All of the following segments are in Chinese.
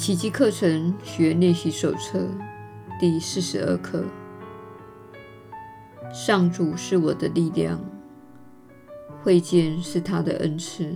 奇迹课程学练习手册第42课。上主是我的力量，会见是他的恩赐。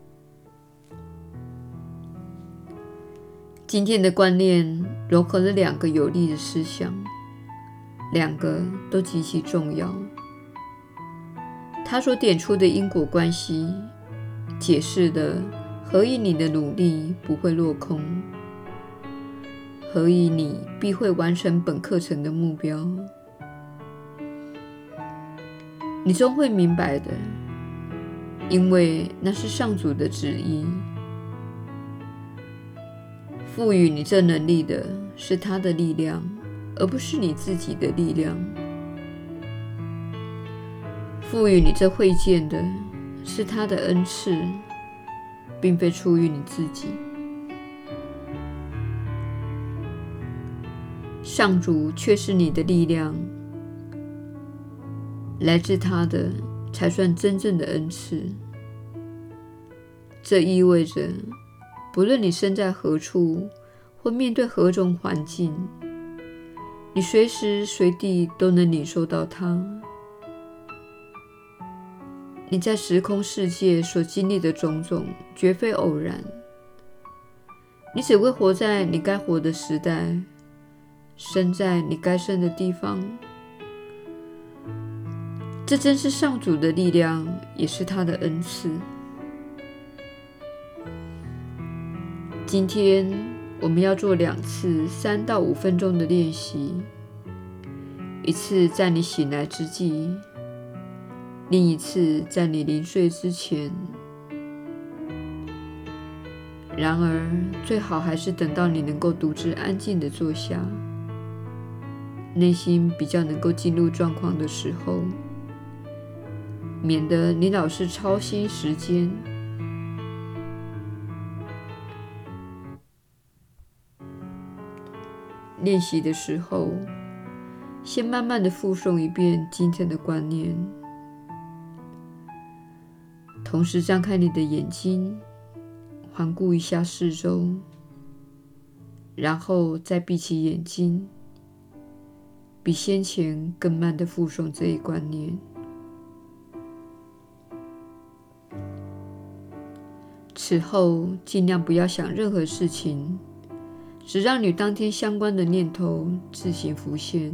今天的观念融合了两个有力的思想，两个都极其重要。他所点出的因果关系，解释了何以你的努力不会落空，何以你必会完成本课程的目标。你终会明白的，因为那是上主的旨意。赋予你这能力的是他的力量，而不是你自己的力量。赋予你这慧见的是他的恩赐，并非出于你自己。上主却是你的力量，来自他的才算真正的恩赐。这意味着，不论你身在何处或面对何种环境，你随时随地都能领受到它。你在时空世界所经历的种种绝非偶然，你只会活在你该活的时代，生在你该生的地方。这真是上主的力量，也是他的恩赐。今天我们要做2次3到5分钟的练习，一次在你醒来之际，另一次在你临睡之前。然而，最好还是等到你能够独自安静地坐下，内心比较能够进入状况的时候，免得你老是操心时间。练习的时候，先慢慢地复诵一遍今天的观念，同时张开你的眼睛，环顾一下四周，然后再闭起眼睛，比先前更慢地复诵这一观念。此后尽量不要想任何事情，只让与当天相关的念头自行浮现。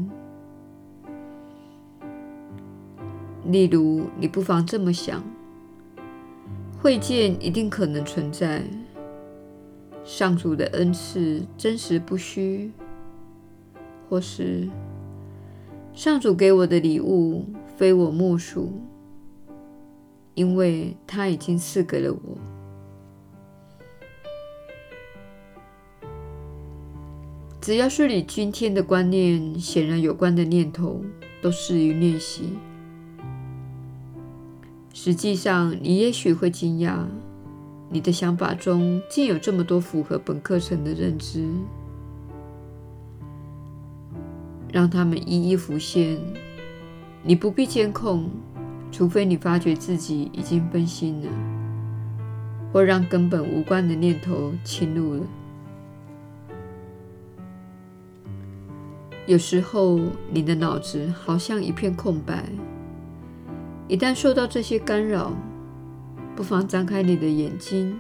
例如，你不妨这么想：慧见一定可能存在，上主的恩赐真实不虚，或是上主给我的礼物非我莫属，因为他已经赐给了我。只要是与今天的观念显然有关的念头，都适于练习。实际上，你也许会惊讶，你的想法中竟有这么多符合本课程的认知。让它们一一浮现，你不必监控，除非你发觉自己已经分心了，或让根本无关的念头侵入了。有时候，你的脑子好像一片空白，一旦受到这些干扰，不妨张开你的眼睛，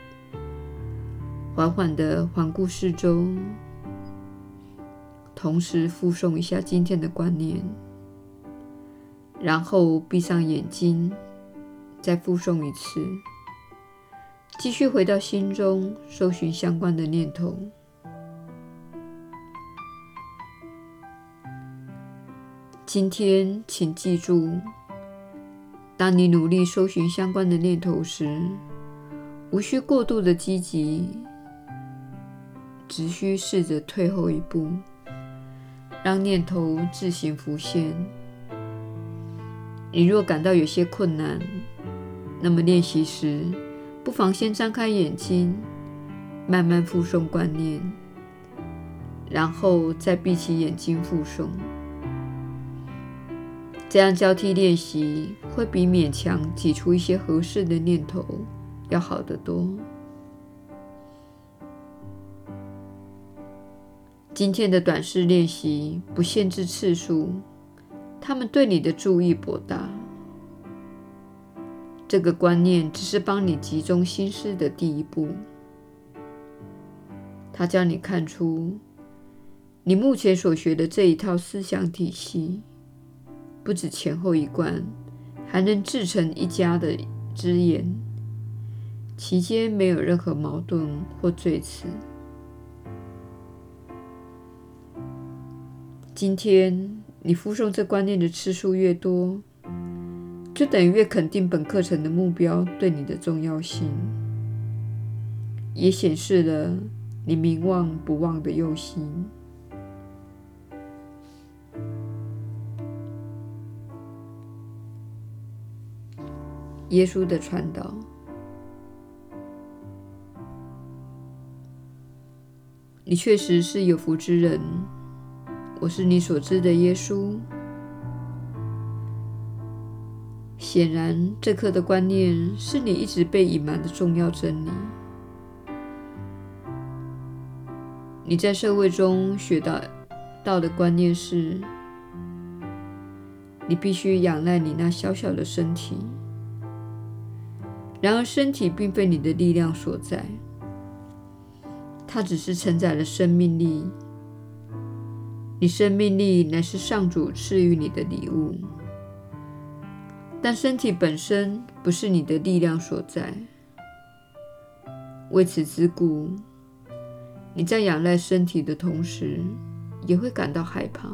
缓缓地环顾四周，同时复诵一下今天的观念，然后闭上眼睛，再复诵一次，继续回到心中搜寻相关的念头。今天请记住，当你努力搜寻相关的念头时，无需过度的积极，只需试着退后一步，让念头自行浮现。你若感到有些困难，那么练习时不妨先张开眼睛，慢慢复诵观念，然后再闭起眼睛复诵。这样交替练习会比勉强挤出一些合适的念头要好得多。 今天的短视练习不限制次数，他们对你的注意博大。这个观念只是帮你集中心思的第一步。它将你看出，你目前所学的这一套思想体系，不止前后一贯，还能自成一家的之言，其间没有任何矛盾或罪词。今天你复诵这观念的次数越多，就等于越肯定本课程的目标对你的重要性，也显示了你冥忘不忘的用心。耶稣的传导。你确实是有福之人，我是你所知的耶稣。显然，这课的观念是你一直被隐瞒的重要真理。你在社会中学到的观念是，你必须仰赖你那小小的身体。然而，身体并非你的力量所在，它只是承载了生命力。你生命力乃是上主赐予你的礼物，但身体本身不是你的力量所在。为此之故，你在仰赖身体的同时，也会感到害怕。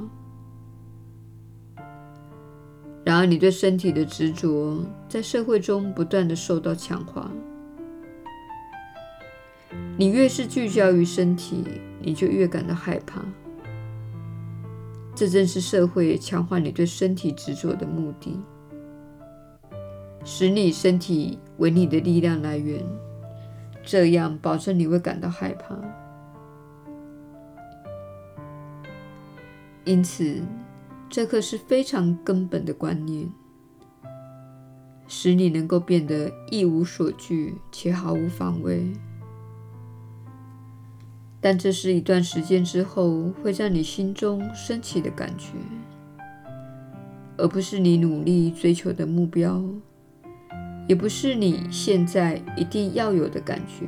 然而，你对身体的执着在社会中不断地受到强化。你越是聚焦于身体，你就越感到害怕。这正是社会强化你对身体执着的目的，使你身体为你的力量来源，这样保证你会感到害怕。因此，这课是非常根本的观念，使你能够变得一无所惧且毫无防卫。但这是一段时间之后会在你心中升起的感觉，而不是你努力追求的目标，也不是你现在一定要有的感觉。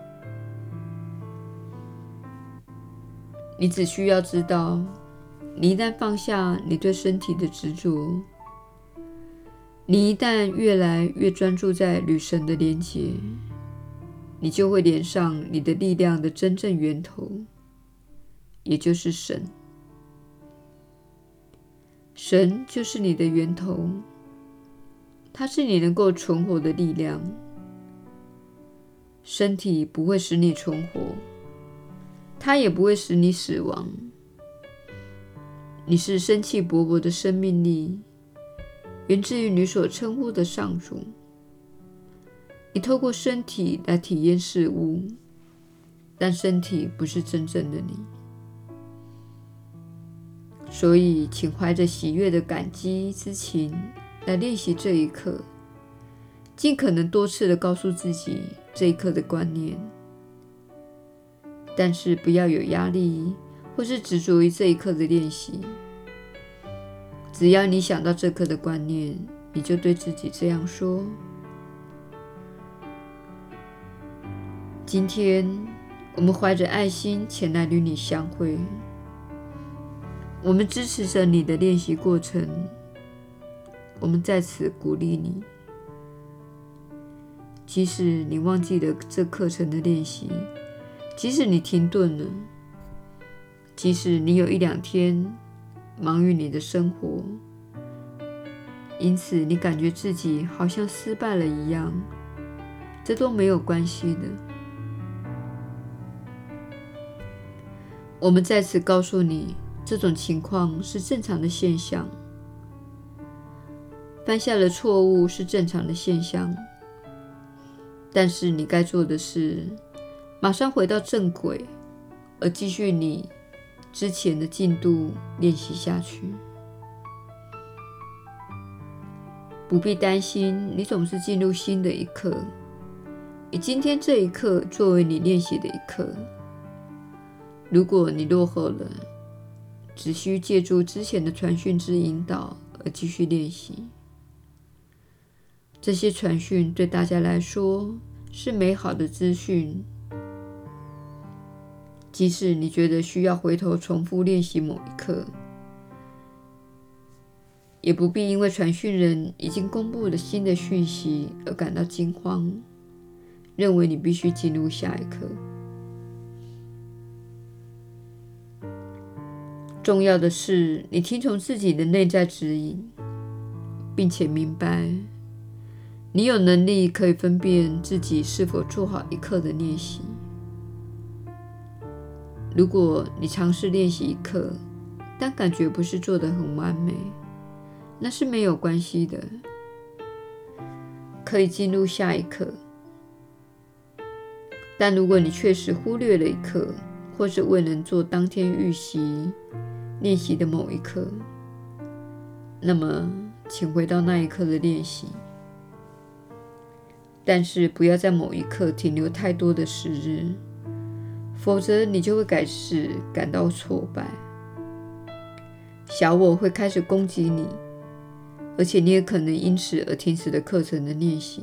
你只需要知道，你一旦放下你对身体的执着，你一旦越来越专注在与神的连结，你就会连上你的力量的真正源头，也就是神。神就是你的源头，它是你能够存活的力量。身体不会使你存活，它也不会使你死亡。你是生气勃勃的生命力，源自于你所称呼的上主。你透过身体来体验事物，但身体不是真正的你。所以，请怀着喜悦的感激之情来练习这一课，尽可能多次地告诉自己这一课的观念。但是不要有压力，或是执着于这一课的练习。只要你想到这课的观念，你就对自己这样说：今天我们怀着爱心前来与你相会，我们支持着你的练习过程，我们在此鼓励你。即使你忘记了这课程的练习，即使你停顿了，即使你有一两天忙于你的生活，因此你感觉自己好像失败了一样，这都没有关系的。我们在此告诉你，这种情况是正常的现象，犯下了错误是正常的现象，但是你该做的是马上回到正轨，而继续你之前的进度练习下去。不必担心你总是进入新的一课，以今天这一课作为你练习的一课。 如果你落后了，只需借助之前的传讯之引导而继续练习。这些传讯对大家来说是美好的资讯，即使你觉得需要回头重复练习某一课，也不必因为传讯人已经公布了新的讯息而感到惊慌，认为你必须进入下一课。重要的是，你听从自己的内在指引，并且明白，你有能力可以分辨自己是否做好一课的练习。如果你尝试练习一课，但感觉不是做得很完美，那是没有关系的，可以进入下一课。但如果你确实忽略了一课，或是未能做当天预习练习的某一课，那么请回到那一课的练习。但是不要在某一课停留太多的时日，否则你就会开始感到挫败。小我会开始攻击你，而且你也可能因此而停止了课程的练习。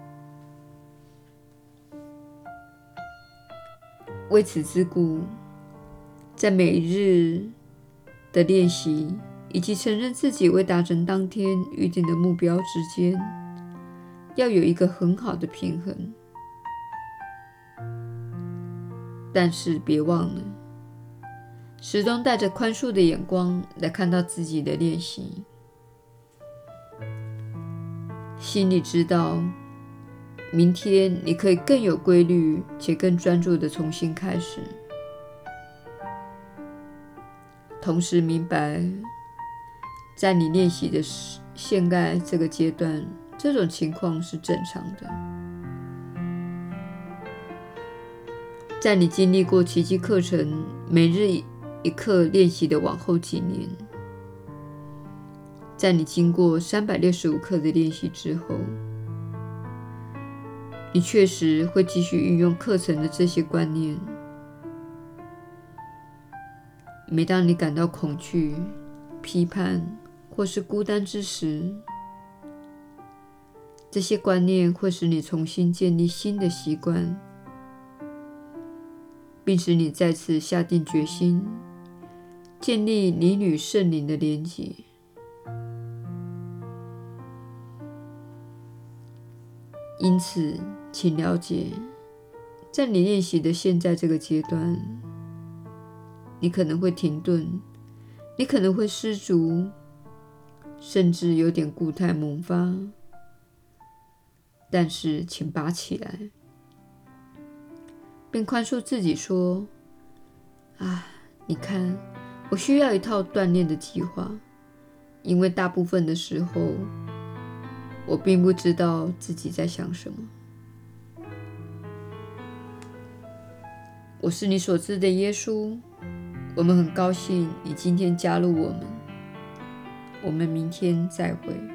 为此之故，在每日的练习以及承认自己未达成当天预定的目标之间，要有一个很好的平衡。但是别忘了，始终带着宽恕的眼光来看到自己的练习，心里知道明天你可以更有规律且更专注地重新开始。同时明白，在你练习的现在这个阶段，这种情况是正常的。在你经历过奇迹课程每日一课练习的往后几年，在你经过365课的练习之后，你确实会继续运用课程的这些观念。每当你感到恐惧、批判或是孤单之时，这些观念会使你重新建立新的习惯，并使你再次下定决心建立你与圣灵的连结。因此，请了解，在你练习的现在这个阶段，你可能会停顿，你可能会失足，甚至有点故态萌发。但是，请拔起来，并宽恕自己说：“你看，我需要一套锻炼的计划，因为大部分的时候，我并不知道自己在想什么。”我是你所知的耶稣，我们很高兴你今天加入我们，我们明天再会。